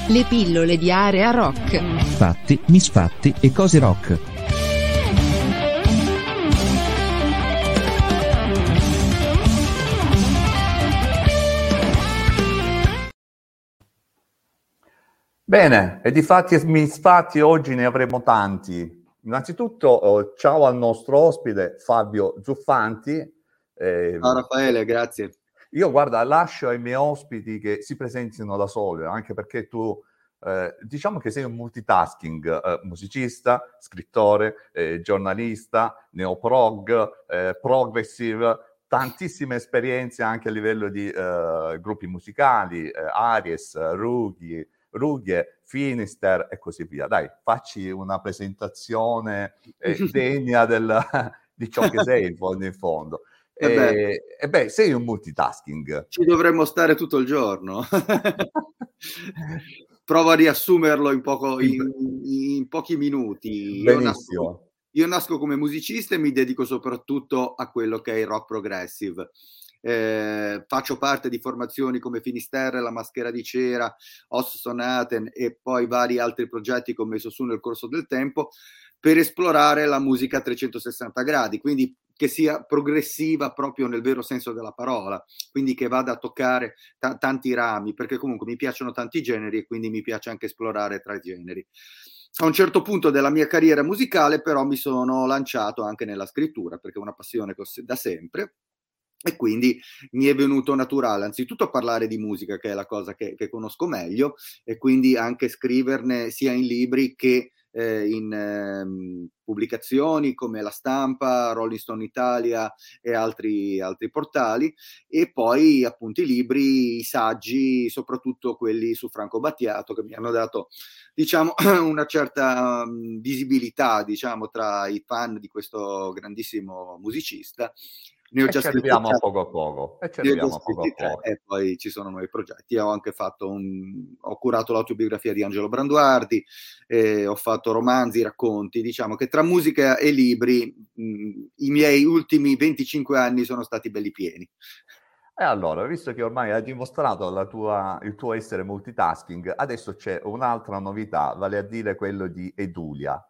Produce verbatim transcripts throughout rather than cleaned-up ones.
Le pillole di Area Rock. Fatti, misfatti e cose rock. Bene, e di fatti e misfatti oggi ne avremo tanti. Innanzitutto, ciao al nostro ospite Fabio Zuffanti. Eh, ciao Raffaele, grazie. Io, guarda, lascio ai miei ospiti che si presentino da soli, anche perché tu, eh, diciamo che sei un multitasking, eh, musicista, scrittore, eh, giornalista, neoprog, eh, progressive, tantissime esperienze anche a livello di eh, gruppi musicali, eh, Aries, Rughi, Rughie, Finister e così via. Dai, facci una presentazione eh, degna del, di ciò che sei in fondo in fondo. E, e, e beh, sei un multitasking. Ci dovremmo stare tutto il giorno. Provo a riassumerlo in, poco, in, in pochi minuti. Benissimo. Io nasco, io nasco come musicista e mi dedico soprattutto a quello che è il rock progressive. Eh, faccio parte di formazioni come Finisterre, La Maschera di Cera, Os Sonaten e poi vari altri progetti che ho messo su nel corso del tempo per esplorare la musica a trecentosessanta gradi, quindi che sia progressiva proprio nel vero senso della parola, quindi che vada a toccare t- tanti rami, perché comunque mi piacciono tanti generi e quindi mi piace anche esplorare tra i generi. A un certo punto della mia carriera musicale però mi sono lanciato anche nella scrittura, perché è una passione che ho da sempre. E quindi mi è venuto naturale anzitutto parlare di musica, che è la cosa che, che conosco meglio, e quindi anche scriverne sia in libri che eh, in eh, pubblicazioni come La Stampa, Rolling Stone Italia e altri, altri portali, e poi appunto i libri, i saggi, soprattutto quelli su Franco Battiato, che mi hanno dato, diciamo, una certa um, visibilità, diciamo, tra i fan di questo grandissimo musicista. Ne ho e già ci arriviamo a poco a poco e ci arriviamo a poco a poco e poi ci sono nuovi progetti. Io ho anche fatto un ho curato l'autobiografia di Angelo Branduardi, eh, ho fatto romanzi, racconti. Diciamo che tra musica e libri mh, i miei ultimi venticinque anni sono stati belli pieni. E allora, visto che ormai hai dimostrato la tua, il tuo essere multitasking, adesso c'è un'altra novità, vale a dire quello di Edulia.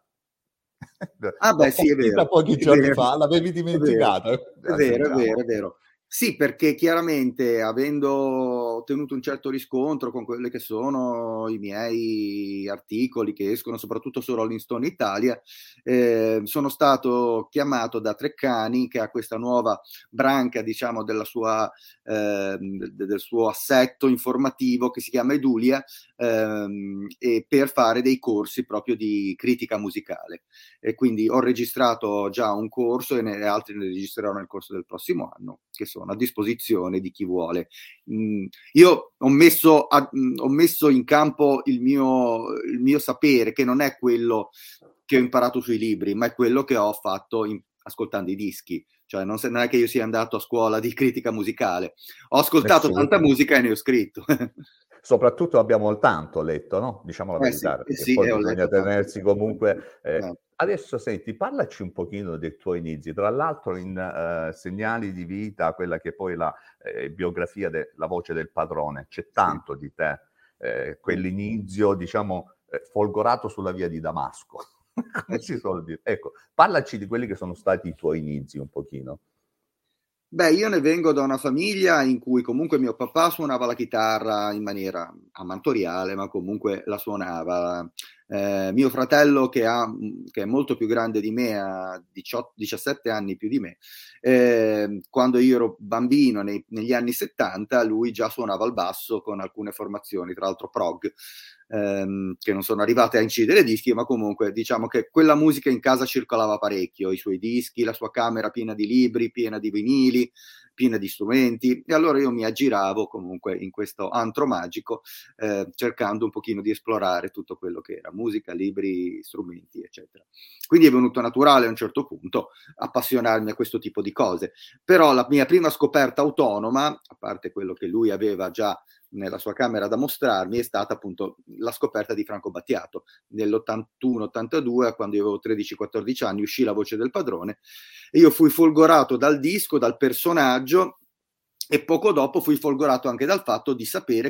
Ah beh, sì, è vero. Pochi giorni fa, l'avevi dimenticato. È vero, è vero, è vero. Sì, perché chiaramente avendo ottenuto un certo riscontro con quelli che sono i miei articoli che escono soprattutto su Rolling Stone Italia, eh, sono stato chiamato da Treccani, che ha questa nuova branca, diciamo, della sua, eh, del suo assetto informativo che si chiama Edulia, ehm, e per fare dei corsi proprio di critica musicale. E quindi ho registrato già un corso e ne, altri ne registrerò nel corso del prossimo anno, che sono a disposizione di chi vuole. Mm, io ho messo, a, mm, ho messo in campo il mio, il mio sapere, che non è quello che ho imparato sui libri, ma è quello che ho fatto in, ascoltando i dischi. Cioè non, se, non è che io sia andato a scuola di critica musicale, ho ascoltato Nessuno. tanta musica e ne ho scritto. Soprattutto abbiamo il tanto letto, no? Diciamo la eh verità, sì, perché sì, poi bisogna tenersi tanto. comunque... Eh, no. Adesso senti, parlaci un pochino dei tuoi inizi, tra l'altro in uh, Segnali di vita, quella che poi la eh, biografia della voce del padrone, c'è tanto sì. di te, eh, quell'inizio diciamo eh, folgorato sulla via di Damasco, come si suol dire. Ecco, parlaci di quelli che sono stati i tuoi inizi un pochino. Beh, io ne vengo da una famiglia in cui comunque mio papà suonava la chitarra in maniera amatoriale, ma comunque la suonava. Eh, mio fratello, che, ha, che è molto più grande di me, ha diciotto, diciassette anni più di me, eh, quando io ero bambino, nei, negli anni settanta, lui già suonava il basso con alcune formazioni, tra l'altro prog, ehm, che non sono arrivate a incidere dischi, ma comunque diciamo che quella musica in casa circolava parecchio, i suoi dischi, la sua camera piena di libri, piena di vinili, piena di strumenti, e allora io mi aggiravo comunque in questo antro magico, eh, cercando un pochino di esplorare tutto quello che era musica, libri, strumenti, eccetera. Quindi è venuto naturale a un certo punto appassionarmi a questo tipo di cose, però la mia prima scoperta autonoma, a parte quello che lui aveva già nella sua camera da mostrarmi, è stata appunto la scoperta di Franco Battiato. Nell'ottantuno ottantadue, quando io avevo tredici quattordici anni, uscì La voce del padrone e io fui folgorato dal disco, dal personaggio, e poco dopo fui folgorato anche dal fatto di sapere che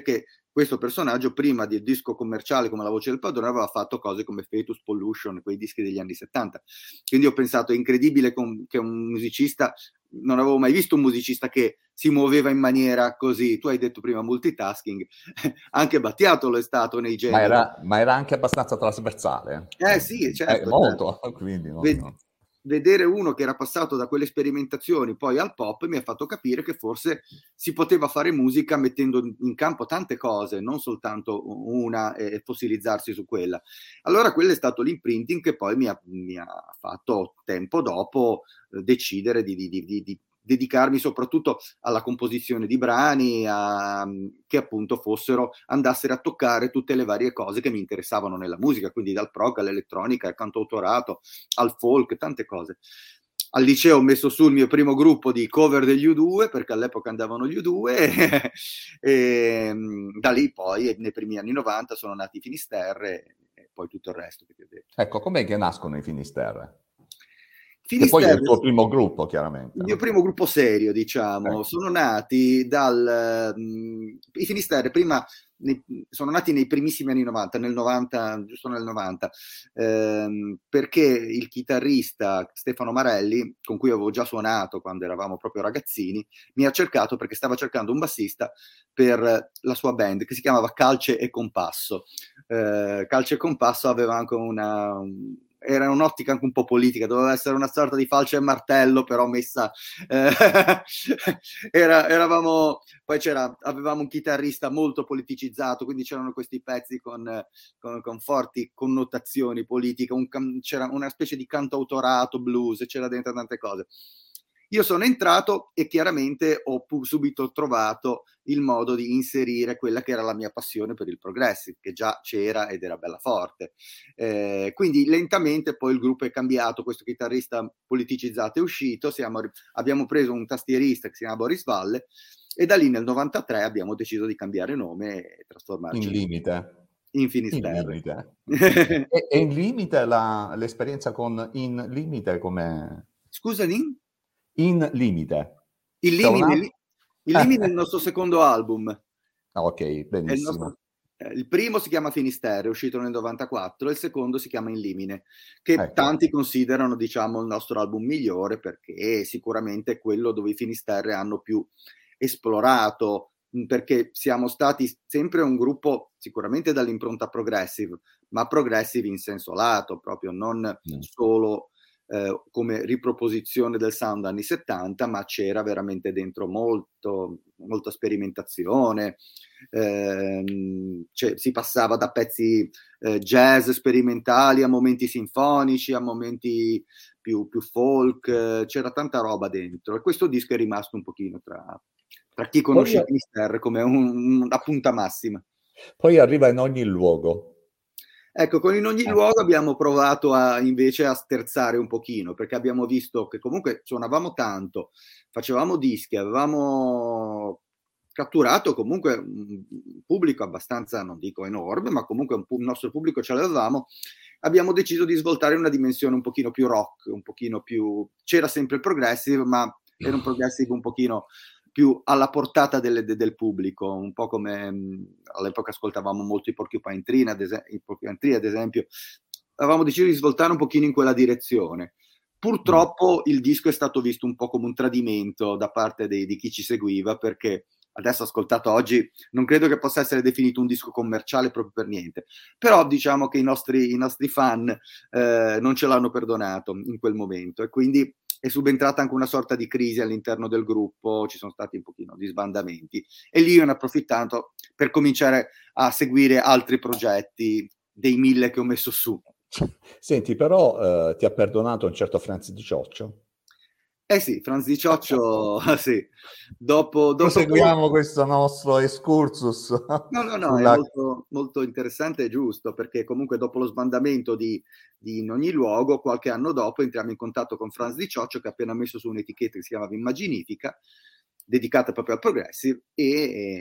questo personaggio, prima del disco commerciale come La voce del padrone, aveva fatto cose come Fetus, Pollution, quei dischi degli anni settanta. Quindi ho pensato, è incredibile con, che un musicista, non avevo mai visto un musicista che si muoveva in maniera così. Tu hai detto prima multitasking, anche Battiato lo è stato nei generi. Ma era, ma era anche abbastanza trasversale. Eh sì, certo. Eh, molto, certo. quindi no, Ved- no. Vedere uno che era passato da quelle sperimentazioni poi al pop mi ha fatto capire che forse si poteva fare musica mettendo in campo tante cose, non soltanto una e fossilizzarsi su quella. Allora quello è stato l'imprinting che poi mi ha, mi ha fatto tempo dopo eh, decidere di, di, di, di dedicarmi soprattutto alla composizione di brani, a, che appunto fossero, andassero a toccare tutte le varie cose che mi interessavano nella musica, quindi dal prog all'elettronica, al cantautorato, al folk, tante cose. Al liceo ho messo su il mio primo gruppo di cover degli U due, perché all'epoca andavano gli U due, e, e da lì poi, nei primi anni novanta, sono nati i Finisterre e poi tutto il resto che ti ho detto. Ecco, com'è che nascono i Finisterre? Finisterre, che poi è il tuo primo gruppo, chiaramente. Il mio no? primo gruppo serio, diciamo. Ecco. Sono nati dal... Mh, i Finisterre prima nei, sono nati nei primissimi anni novanta, nel novanta, giusto nel novanta, ehm, perché il chitarrista Stefano Marelli, con cui avevo già suonato quando eravamo proprio ragazzini, mi ha cercato perché stava cercando un bassista per la sua band che si chiamava Calce e Compasso. Eh, Calce e Compasso aveva anche una... era un'ottica anche un po' politica, doveva essere una sorta di falce e martello, però messa eh, era, eravamo poi c'era, avevamo un chitarrista molto politicizzato, quindi c'erano questi pezzi con, con, con forti connotazioni politiche, un, c'era una specie di cantautorato blues, c'era dentro tante cose. Io sono entrato e chiaramente ho subito trovato il modo di inserire quella che era la mia passione per il progressive, che già c'era ed era bella forte. Eh, quindi lentamente poi il gruppo è cambiato, questo chitarrista politicizzato è uscito, siamo, abbiamo preso un tastierista che si chiama Boris Valle e da lì nel novantatré abbiamo deciso di cambiare nome e trasformarci in limite. in Finisterre. In limite. e, e in limite la, l'esperienza con In Limite come... Scusa, Lin? In Limite. Il Limite, una... il Limite è il nostro secondo album. Ok, benissimo. Il, nostro, eh, il primo si chiama Finisterre, è uscito nel novantaquattro, e il secondo si chiama In Limine, che ecco. tanti considerano, diciamo, il nostro album migliore, perché sicuramente è quello dove i Finisterre hanno più esplorato, perché siamo stati sempre un gruppo sicuramente dall'impronta progressive, ma progressive in senso lato, proprio non mm. solo... Eh, come riproposizione del sound anni settanta, ma c'era veramente dentro molto, molta sperimentazione, eh, cioè, si passava da pezzi eh, jazz sperimentali a momenti sinfonici, a momenti più, più folk, eh, c'era tanta roba dentro e questo disco è rimasto un pochino tra, tra chi conosce Finisterre come un, una punta massima. Poi arriva In ogni luogo. Ecco, con In ogni eh. luogo abbiamo provato a, invece a sterzare un pochino, perché abbiamo visto che comunque suonavamo tanto, facevamo dischi, avevamo catturato comunque un pubblico abbastanza, non dico enorme, ma comunque un, un nostro pubblico ce l'avevamo. Abbiamo deciso di svoltare una dimensione un pochino più rock, un pochino più... C'era sempre il progressive, ma era un progressive un pochino... più alla portata del, del pubblico, un po' come mh, all'epoca ascoltavamo molto i Porcupine Tree, ad, es- i Porcupine Tree, ad esempio, avevamo deciso di svoltare un pochino in quella direzione. Purtroppo mm. il disco è stato visto un po' come un tradimento da parte dei, di chi ci seguiva, perché adesso ascoltato oggi non credo che possa essere definito un disco commerciale proprio per niente, però diciamo che i nostri, i nostri fan eh, non ce l'hanno perdonato in quel momento e quindi è subentrata anche una sorta di crisi all'interno del gruppo, ci sono stati un pochino di sbandamenti e lì io ne ho approfittato per cominciare a seguire altri progetti dei mille che ho messo su. Senti, però eh, ti ha perdonato un certo Franz Di Cioccio? Eh sì, Franz Di Cioccio, sì. Dopo, dopo proseguiamo poi... questo nostro excursus. No, no, no, sulla... è molto, molto interessante e giusto, perché comunque dopo lo sbandamento di, di In ogni luogo, qualche anno dopo entriamo in contatto con Franz Di Cioccio, che ha appena messo su un'etichetta che si chiamava Immaginifica, dedicata proprio al progressive, e,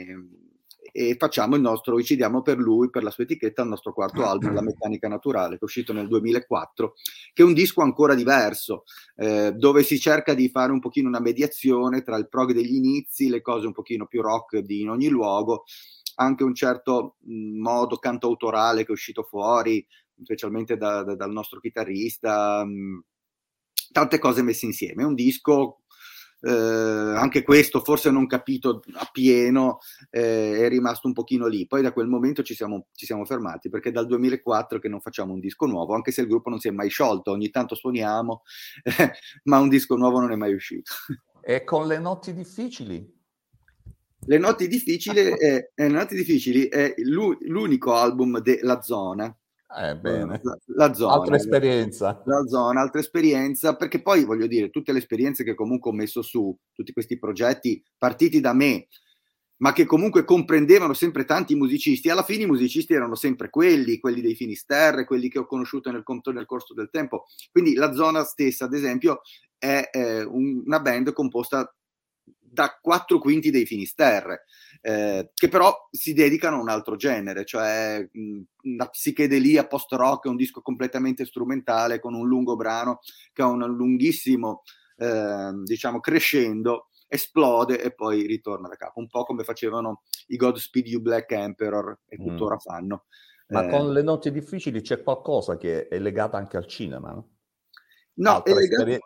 e facciamo il nostro, incidiamo per lui, per la sua etichetta, il nostro quarto album, La Meccanica Naturale, che è uscito nel duemilaquattro, che è un disco ancora diverso, eh, dove si cerca di fare un pochino una mediazione tra il prog degli inizi, le cose un pochino più rock di In ogni luogo, anche un certo mh, modo cantautorale che è uscito fuori, specialmente da, da, dal nostro chitarrista, mh, tante cose messe insieme. È un disco, eh, anche questo forse non capito appieno, eh, è rimasto un pochino lì. Poi da quel momento ci siamo, ci siamo fermati, perché dal duemilaquattro che non facciamo un disco nuovo, anche se il gruppo non si è mai sciolto, ogni tanto suoniamo, eh, ma un disco nuovo non è mai uscito. E con Le notti difficili? Le notti difficili è, è, notti difficili è l'unico album della Zona. Eh, bene. La, la Zona. Altra esperienza. La Zona, altra esperienza, perché poi voglio dire, tutte le esperienze che comunque ho messo su, tutti questi progetti partiti da me, ma che comunque comprendevano sempre tanti musicisti, alla fine i musicisti erano sempre quelli, quelli dei Finisterre, quelli che ho conosciuto nel, nel corso del tempo. Quindi la Zona stessa, ad esempio, è eh, un, una band composta da quattro quinti dei Finisterre, eh, che però si dedicano a un altro genere, cioè mh, una psichedelia post-rock, un disco completamente strumentale con un lungo brano che ha un lunghissimo, eh, diciamo, crescendo, esplode e poi ritorna da capo, un po' come facevano i Godspeed You Black Emperor e tuttora mm. fanno. Ma eh, con Le notti difficili c'è qualcosa che è legato anche al cinema, no? No, è legato...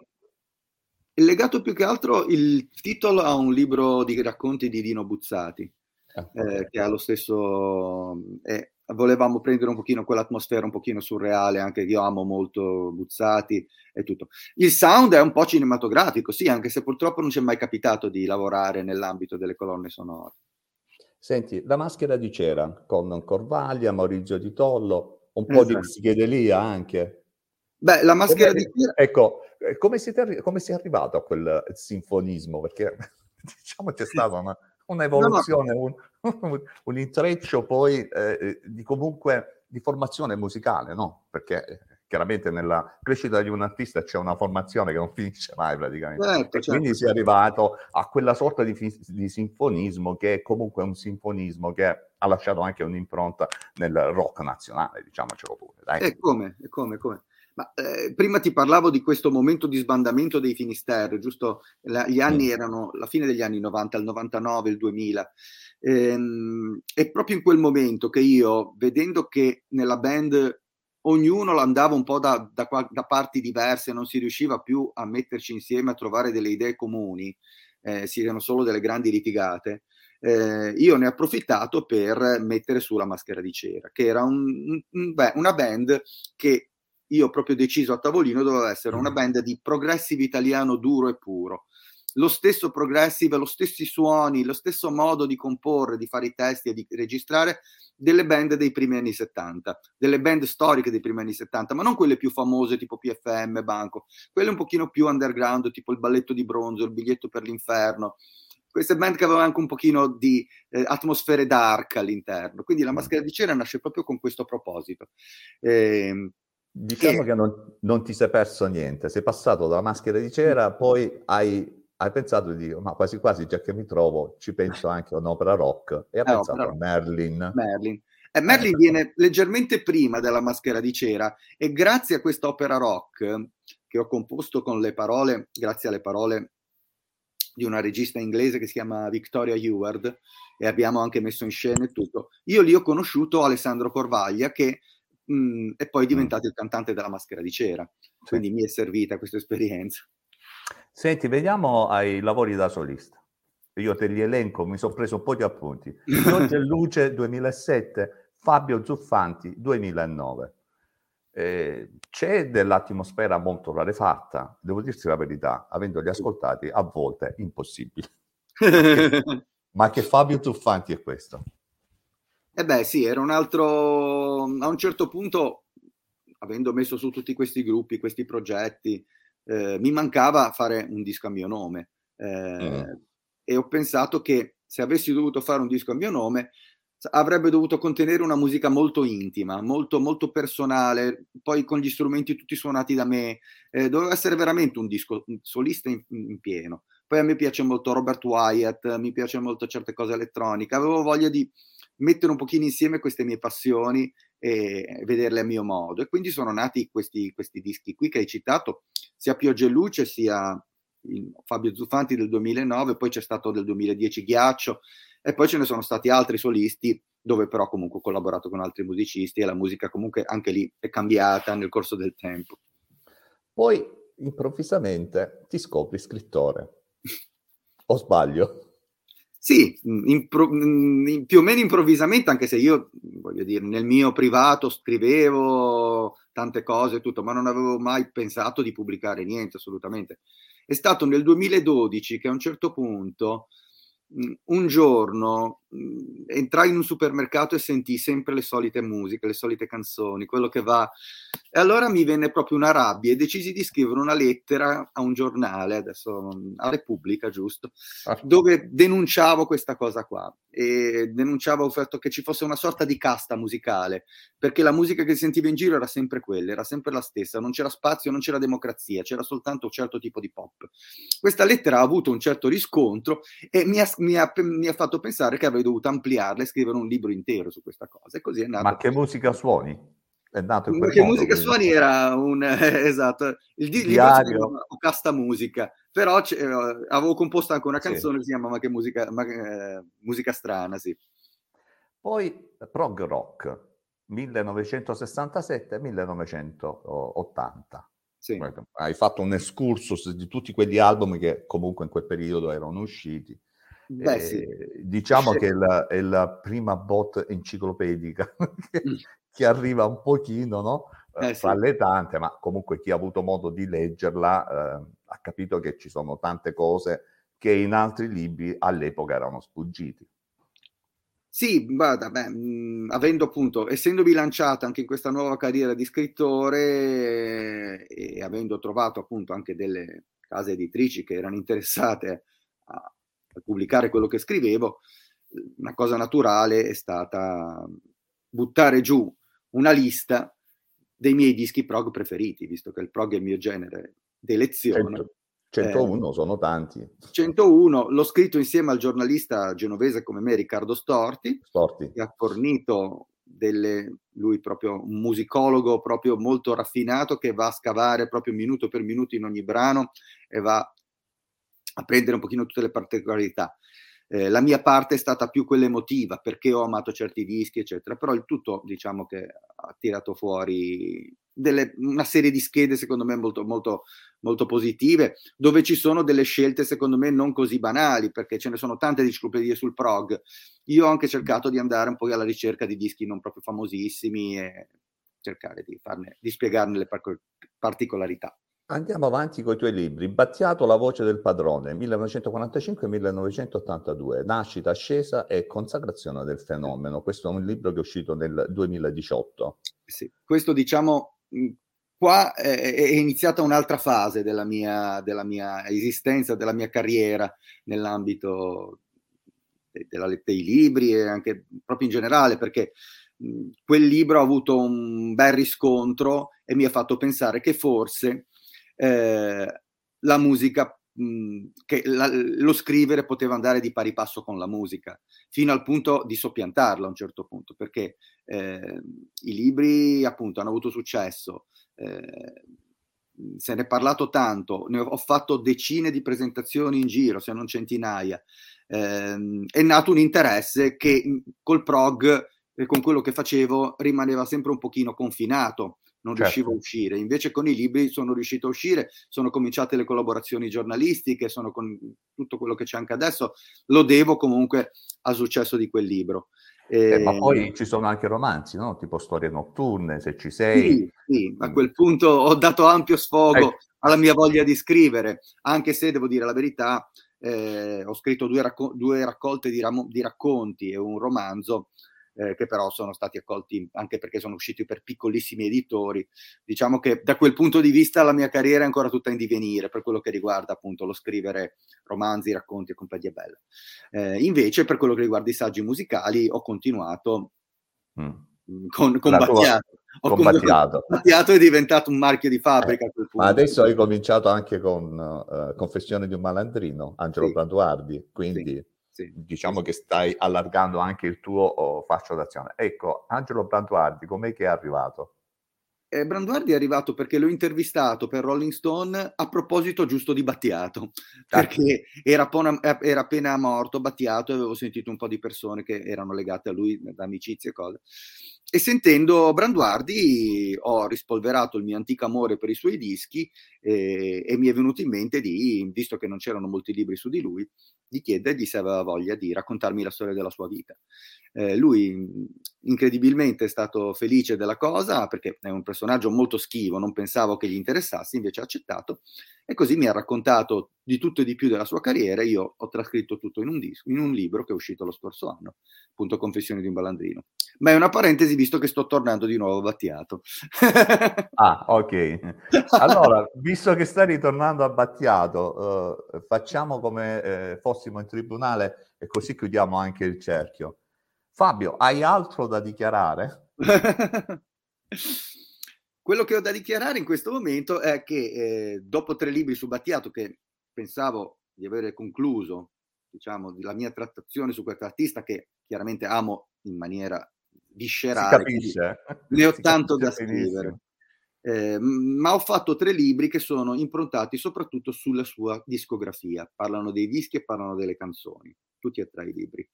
È legato più che altro, il titolo a un libro di racconti di Dino Buzzati, ah, okay. eh, che ha lo stesso... Eh, volevamo prendere un pochino quell'atmosfera un pochino surreale, anche io amo molto Buzzati e tutto. Il sound è un po' cinematografico, sì, anche se purtroppo non ci è mai capitato di lavorare nell'ambito delle colonne sonore. Senti, La maschera di cera, con Corvaglia, Maurizio Di Tollo, un po' esatto. di psichedelia anche. Beh, La maschera come, di cera... Ecco, come siete, come sei arrivato a quel sinfonismo? Perché diciamo c'è stata una, un'evoluzione, no, no. Un, un intreccio poi eh, di comunque di formazione musicale, no? Perché eh, chiaramente nella crescita di un artista c'è una formazione che non finisce mai praticamente. Certo, e quindi certo. si è arrivato a quella sorta di, di sinfonismo che è comunque un sinfonismo che ha lasciato anche un'impronta nel rock nazionale, diciamocelo pure. Dai. E come, e come, come? Ma, eh, prima ti parlavo di questo momento di sbandamento dei Finisterre, giusto? La, gli anni mm. erano la fine degli anni novanta, il novantanove, il duemila. Ehm, è proprio in quel momento che io, vedendo che nella band ognuno andava un po' da, da, da parti diverse, non si riusciva più a metterci insieme, a trovare delle idee comuni, eh, si erano solo delle grandi litigate. Eh, io ne ho approfittato per mettere su La maschera di cera, che era un, un, beh, una band che io ho proprio deciso a tavolino doveva essere una band di progressive italiano duro e puro. Lo stesso progressive, lo stessi suoni, lo stesso modo di comporre, di fare i testi e di registrare delle band dei primi anni settanta, delle band storiche dei primi anni settanta, ma non quelle più famose tipo P F M, Banco, quelle un pochino più underground, tipo il Balletto di Bronzo, il Biglietto per l'inferno. Queste band che avevano anche un pochino di eh, atmosfere dark all'interno. Quindi La maschera di cera nasce proprio con questo proposito. Eh, Diciamo che, che non, non ti sei perso niente, sei passato dalla maschera di cera, poi hai, hai pensato di dire, ma quasi quasi, già che mi trovo, ci penso anche a un'opera rock, e hai eh, pensato a Merlin. Merlin, eh, Merlin eh, viene leggermente prima della maschera di cera, e grazie a quest'opera rock, che ho composto con le parole, grazie alle parole di una regista inglese che si chiama Victoria Eward, e abbiamo anche messo in scena e tutto, io lì ho conosciuto Alessandro Corvaglia, che Mm, e poi è diventato mm. il cantante della maschera di cera, quindi sì. Mi è servita questa esperienza. Senti, vediamo ai lavori da solista. Io te li elenco, mi sono preso un po' di appunti. Pioggia e luce duemilasette, Fabio Zuffanti duemilanove. Eh, c'è dell'atmosfera molto rarefatta, devo dirti la verità, avendoli ascoltati a volte impossibile. Ma che Fabio Zuffanti è questo? Eh beh sì, era un altro, a un certo punto, avendo messo su tutti questi gruppi, questi progetti, eh, mi mancava fare un disco a mio nome, eh, mm. e ho pensato che se avessi dovuto fare un disco a mio nome avrebbe dovuto contenere una musica molto intima, molto, molto personale, poi con gli strumenti tutti suonati da me, eh, doveva essere veramente un disco solista in, in pieno. Poi a me piace molto Robert Wyatt, mi piace molto certe cose elettroniche, avevo voglia di mettere un pochino insieme queste mie passioni e vederle a mio modo, e quindi sono nati questi, questi dischi qui che hai citato, sia Pioggia e luce sia Fabio Zuffanti del duemilanove, poi c'è stato del duemiladieci Ghiaccio, e poi ce ne sono stati altri solisti dove però comunque ho collaborato con altri musicisti e la musica comunque anche lì è cambiata nel corso del tempo. Poi improvvisamente ti scopri scrittore, o sbaglio? Sì, impro- in, più o meno improvvisamente, anche se io, voglio dire, nel mio privato scrivevo tante cose e tutto, ma non avevo mai pensato di pubblicare niente, assolutamente. È stato nel duemiladodici che a un certo punto, un giorno, entrai in un supermercato e sentii sempre le solite musiche, le solite canzoni, quello che va. E allora mi venne proprio una rabbia e decisi di scrivere una lettera a un giornale, adesso a Repubblica, giusto, dove denunciavo questa cosa qua e denunciavo il fatto che ci fosse una sorta di casta musicale, perché la musica che si sentiva in giro era sempre quella, era sempre la stessa, non c'era spazio, non c'era democrazia, c'era soltanto un certo tipo di pop. Questa lettera ha avuto un certo riscontro e mi ha, mi ha, mi ha fatto pensare che avrei dovuto ampliarla e scrivere un libro intero su questa cosa, e così è nato. Ma che musica suoni? È nato in Ma quel che modo, musica quindi. suoni era un eh, esatto, il di- libro si chiama Casta Musica, però eh, avevo composto anche una canzone, sì, che si chiama Ma che musica, ma che, eh, musica strana, sì. Poi prog rock millenovecentosessantasette millenovecentottanta. Sì. Hai fatto un excursus di tutti quegli album che comunque in quel periodo erano usciti. Beh, eh, sì. Diciamo che è la, è la prima bot enciclopedica che, che arriva un pochino, no? Eh, fra sì. le tante, ma comunque chi ha avuto modo di leggerla eh, ha capito che ci sono tante cose che in altri libri all'epoca erano sfuggiti. Sì, guarda, beh, mh, avendo appunto, essendo bilanciata anche in questa nuova carriera di scrittore e, e avendo trovato appunto anche delle case editrici che erano interessate a, a pubblicare quello che scrivevo, una cosa naturale è stata buttare giù una lista dei miei dischi prog preferiti, visto che il prog è il mio genere d'elezione. Cento, centouno eh, sono tanti. centouno, l'ho scritto insieme al giornalista genovese come me, Riccardo Storti, Storti. che ha fornito delle, lui proprio un musicologo proprio molto raffinato che va a scavare proprio minuto per minuto in ogni brano e va a prendere un pochino tutte le particolarità. Eh, la mia parte è stata più quella emotiva, perché ho amato certi dischi, eccetera, però il tutto, diciamo che ha tirato fuori delle, una serie di schede, secondo me, molto, molto, molto positive, dove ci sono delle scelte, secondo me, non così banali, perché ce ne sono tante enciclopedie sul prog. Io ho anche cercato di andare un po' alla ricerca di dischi non proprio famosissimi e cercare di, farne, di spiegarne le particolarità. Andiamo avanti con i tuoi libri. Battiato, la voce del padrone, millenovecentoquarantacinque millenovecentottantadue, Nascita, ascesa e consacrazione del fenomeno. Questo è un libro che è uscito nel duemiladiciotto. Sì, questo diciamo, qua è, è iniziata un'altra fase della mia, della mia esistenza, della mia carriera nell'ambito de, della, dei libri e anche proprio in generale, perché mh, quel libro ha avuto un bel riscontro e mi ha fatto pensare che forse Eh, la musica, mh, che la, lo scrivere poteva andare di pari passo con la musica, fino al punto di soppiantarla a un certo punto, perché eh, i libri appunto hanno avuto successo, eh, se ne è parlato tanto, ne ho fatto decine di presentazioni in giro, se non centinaia, eh, è nato un interesse che col prog e con quello che facevo rimaneva sempre un pochino confinato. Non certo. riuscivo a uscire, invece con i libri sono riuscito a uscire, sono cominciate le collaborazioni giornalistiche, sono con tutto quello che c'è anche adesso, lo devo comunque al successo di quel libro. Eh, eh, ma poi ci sono anche romanzi, no? Tipo Storie notturne, se ci sei. Sì, sì, a quel punto ho dato ampio sfogo eh. alla mia voglia di scrivere, anche se devo dire la verità, eh, ho scritto due, racco- due raccolte di, ram- di racconti e un romanzo, Eh, che però sono stati accolti anche perché sono usciti per piccolissimi editori. Diciamo che da quel punto di vista la mia carriera è ancora tutta in divenire per quello che riguarda appunto lo scrivere romanzi, racconti e compagnia bella. Eh, invece per quello che riguarda i saggi musicali ho continuato mm. con, con Battiato. Ho con Battiato. Battiato è diventato un marchio di fabbrica eh, a quel punto. Ma adesso hai cominciato anche con uh, Confessione di un malandrino, Angelo sì. Branduardi, quindi sì. Sì, diciamo sì. che stai allargando anche il tuo oh, fascio d'azione. Ecco, Angelo Branduardi, com'è che è arrivato? eh, Branduardi è arrivato perché l'ho intervistato per Rolling Stone a proposito giusto di Battiato, perché era appena, era appena morto Battiato e avevo sentito un po' di persone che erano legate a lui da amicizie e cose. E sentendo Branduardi ho rispolverato il mio antico amore per i suoi dischi eh, e mi è venuto in mente di, visto che non c'erano molti libri su di lui, di chiedergli se aveva voglia di raccontarmi la storia della sua vita. Eh, lui incredibilmente è stato felice della cosa perché è un personaggio molto schivo, non pensavo che gli interessasse, invece ha accettato e così mi ha raccontato di tutto e di più della sua carriera. Io ho trascritto tutto in un, disco, in un libro che è uscito lo scorso anno, appunto Confessioni di un balandrino. Ma è una parentesi visto che sto tornando di nuovo a Battiato. Ah, ok. Allora, visto che stai ritornando a Battiato, eh, facciamo come eh, fossimo in tribunale e così chiudiamo anche il cerchio. Fabio, hai altro da dichiarare? Quello che ho da dichiarare in questo momento è che eh, dopo tre libri su Battiato, che pensavo di avere concluso, diciamo, la mia trattazione su questo artista che chiaramente amo in maniera viscerale, si capisce, ne ho si tanto da benissimo. scrivere. Eh, ma ho fatto tre libri che sono improntati soprattutto sulla sua discografia, parlano dei dischi e parlano delle canzoni, tutti e tre i libri.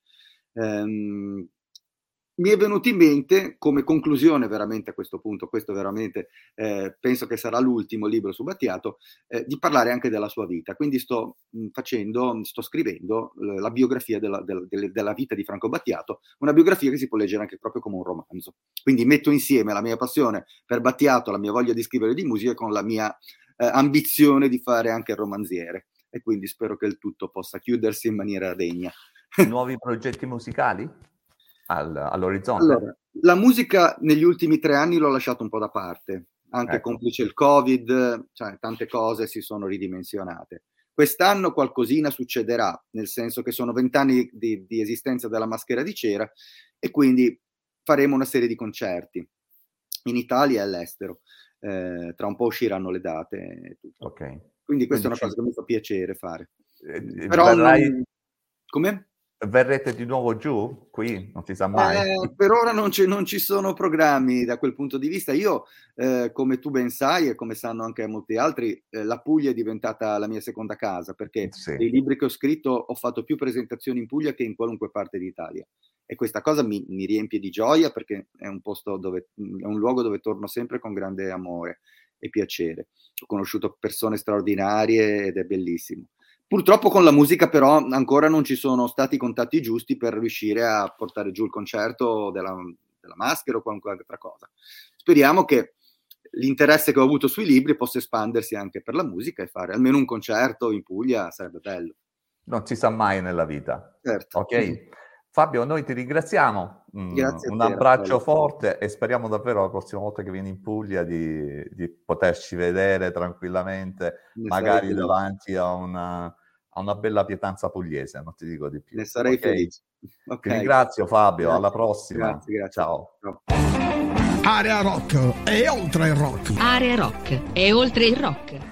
Um, mi è venuto in mente come conclusione veramente a questo punto, questo veramente eh, penso che sarà l'ultimo libro su Battiato, eh, di parlare anche della sua vita, quindi sto mh, facendo, sto scrivendo eh, la biografia della, della, della vita di Franco Battiato, una biografia che si può leggere anche proprio come un romanzo, quindi metto insieme la mia passione per Battiato, la mia voglia di scrivere di musica con la mia eh, ambizione di fare anche il romanziere e quindi spero che il tutto possa chiudersi in maniera degna. Nuovi progetti musicali All, all'orizzonte? Allora, la musica negli ultimi tre anni l'ho lasciato un po' da parte, anche ecco. complice il Covid, cioè tante cose si sono ridimensionate. Quest'anno qualcosina succederà, nel senso che sono vent'anni di, di esistenza della Maschera di Cera e quindi faremo una serie di concerti in Italia e all'estero. Eh, tra un po' usciranno le date e tutto. Okay. Quindi questa quindi è una cosa che mi fa piacere fare. Eh, Però verrai... non... Come? Verrete di nuovo giù? Qui? Non si sa mai. Eh, per ora non ci, non ci sono programmi da quel punto di vista. Io, eh, come tu ben sai e come sanno anche molti altri, eh, la Puglia è diventata la mia seconda casa, perché Sì. dei libri che ho scritto ho fatto più presentazioni in Puglia che in qualunque parte d'Italia. E questa cosa mi, mi riempie di gioia perché è un posto dove, è un luogo dove torno sempre con grande amore e piacere. Ho conosciuto persone straordinarie ed è bellissimo. Purtroppo con la musica però ancora non ci sono stati i contatti giusti per riuscire a portare giù il concerto della, della Maschera o qualunque altra cosa. Speriamo che l'interesse che ho avuto sui libri possa espandersi anche per la musica e fare almeno un concerto in Puglia sarebbe bello. Non si sa mai nella vita. Certo. Ok. Mm. Fabio, noi ti ringraziamo. Grazie un a te, abbraccio Raffaele. forte e speriamo davvero la prossima volta che vieni in Puglia di, di poterci vedere tranquillamente, Ne magari sarei davanti a una, a una bella pietanza pugliese, non ti dico di più. Ne sarei okay? felice. Okay. Ti ringrazio Fabio, Grazie. alla prossima. Grazie, grazie. Ciao. Ciao. Area Rock e oltre il rock. Area Rock e oltre il rock.